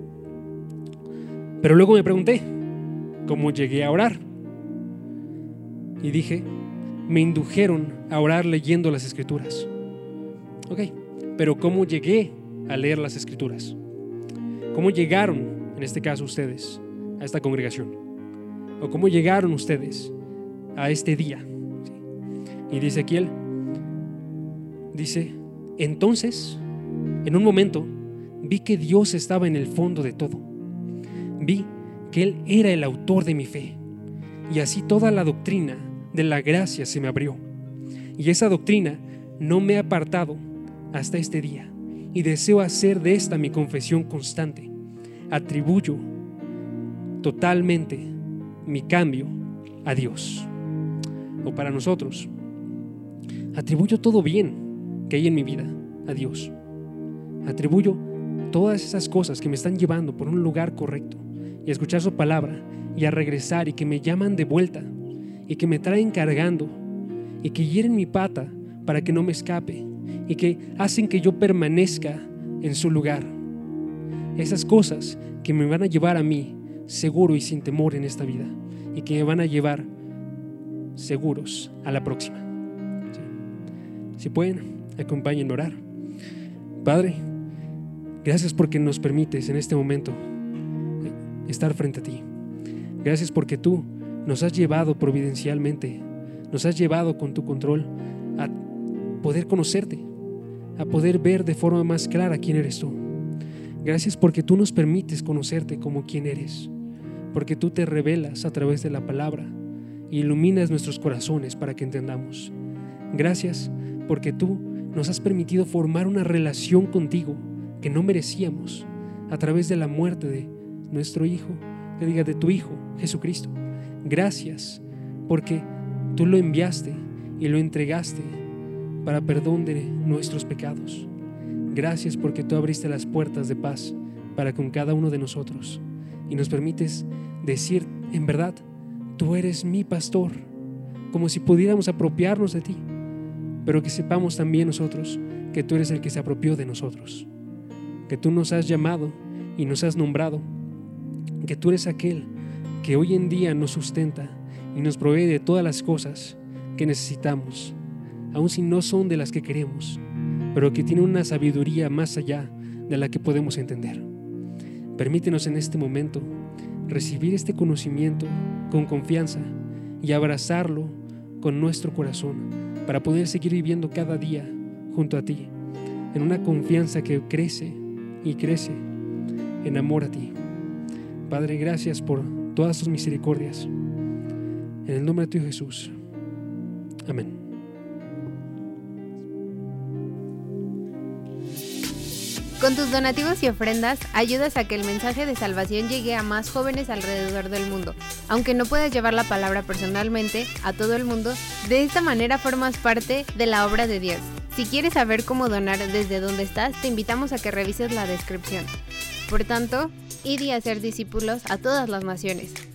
Pero luego me pregunté, ¿cómo llegué a orar? Y dije, me indujeron a orar leyendo las Escrituras. Ok, pero ¿cómo llegué a leer las Escrituras? ¿Cómo llegaron, en este caso ustedes, a esta congregación? ¿O cómo llegaron ustedes a este día? ¿Sí? Y dice aquí él, dice, entonces, en un momento, vi que Dios estaba en el fondo de todo. Vi que Él era el autor de mi fe. Y así toda la doctrina de la gracia se me abrió. Y esa doctrina no me ha apartado hasta este día. Y deseo hacer de esta mi confesión constante. Atribuyo totalmente mi cambio a Dios. O para nosotros, atribuyo todo bien que hay en mi vida a Dios. Atribuyo todas esas cosas que me están llevando por un lugar correcto y a escuchar su palabra y a regresar y que me llaman de vuelta y que me traen cargando y que hieren mi pata para que no me escape y que hacen que yo permanezca en su lugar. Esas cosas que me van a llevar a mí seguro y sin temor en esta vida y que me van a llevar seguros a la próxima. ¿Sí? Si pueden, acompáñenme a orar. Padre, gracias porque nos permites en este momento estar frente a ti. Gracias porque tú nos has llevado providencialmente, nos has llevado con tu control a poder conocerte, a poder ver de forma más clara quién eres tú. Gracias porque tú nos permites conocerte como quien eres, porque tú te revelas a través de la palabra e iluminas nuestros corazones para que entendamos. Gracias porque tú nos has permitido formar una relación contigo que no merecíamos a través de la muerte de nuestro Hijo, que diga de tu Hijo Jesucristo. Gracias porque tú lo enviaste y lo entregaste para perdón de nuestros pecados. Gracias porque tú abriste las puertas de paz para con cada uno de nosotros y nos permites decir en verdad, tú eres mi pastor, como si pudiéramos apropiarnos de ti, pero que sepamos también nosotros que tú eres el que se apropió de nosotros, que tú nos has llamado y nos has nombrado, que tú eres aquel que hoy en día nos sustenta y nos provee de todas las cosas que necesitamos, aun si no son de las que queremos, pero que tiene una sabiduría más allá de la que podemos entender. Permítenos en este momento recibir este conocimiento con confianza y abrazarlo con nuestro corazón para poder seguir viviendo cada día junto a ti, en una confianza que crece y crece en amor a ti. Padre, gracias por todas tus misericordias. En el nombre de tu Hijo Jesús. Amén. Con tus donativos y ofrendas, ayudas a que el mensaje de salvación llegue a más jóvenes alrededor del mundo. Aunque no puedas llevar la palabra personalmente a todo el mundo, de esta manera formas parte de la obra de Dios. Si quieres saber cómo donar desde donde estás, te invitamos a que revises la descripción. Por tanto, id y hacer discípulos a todas las naciones.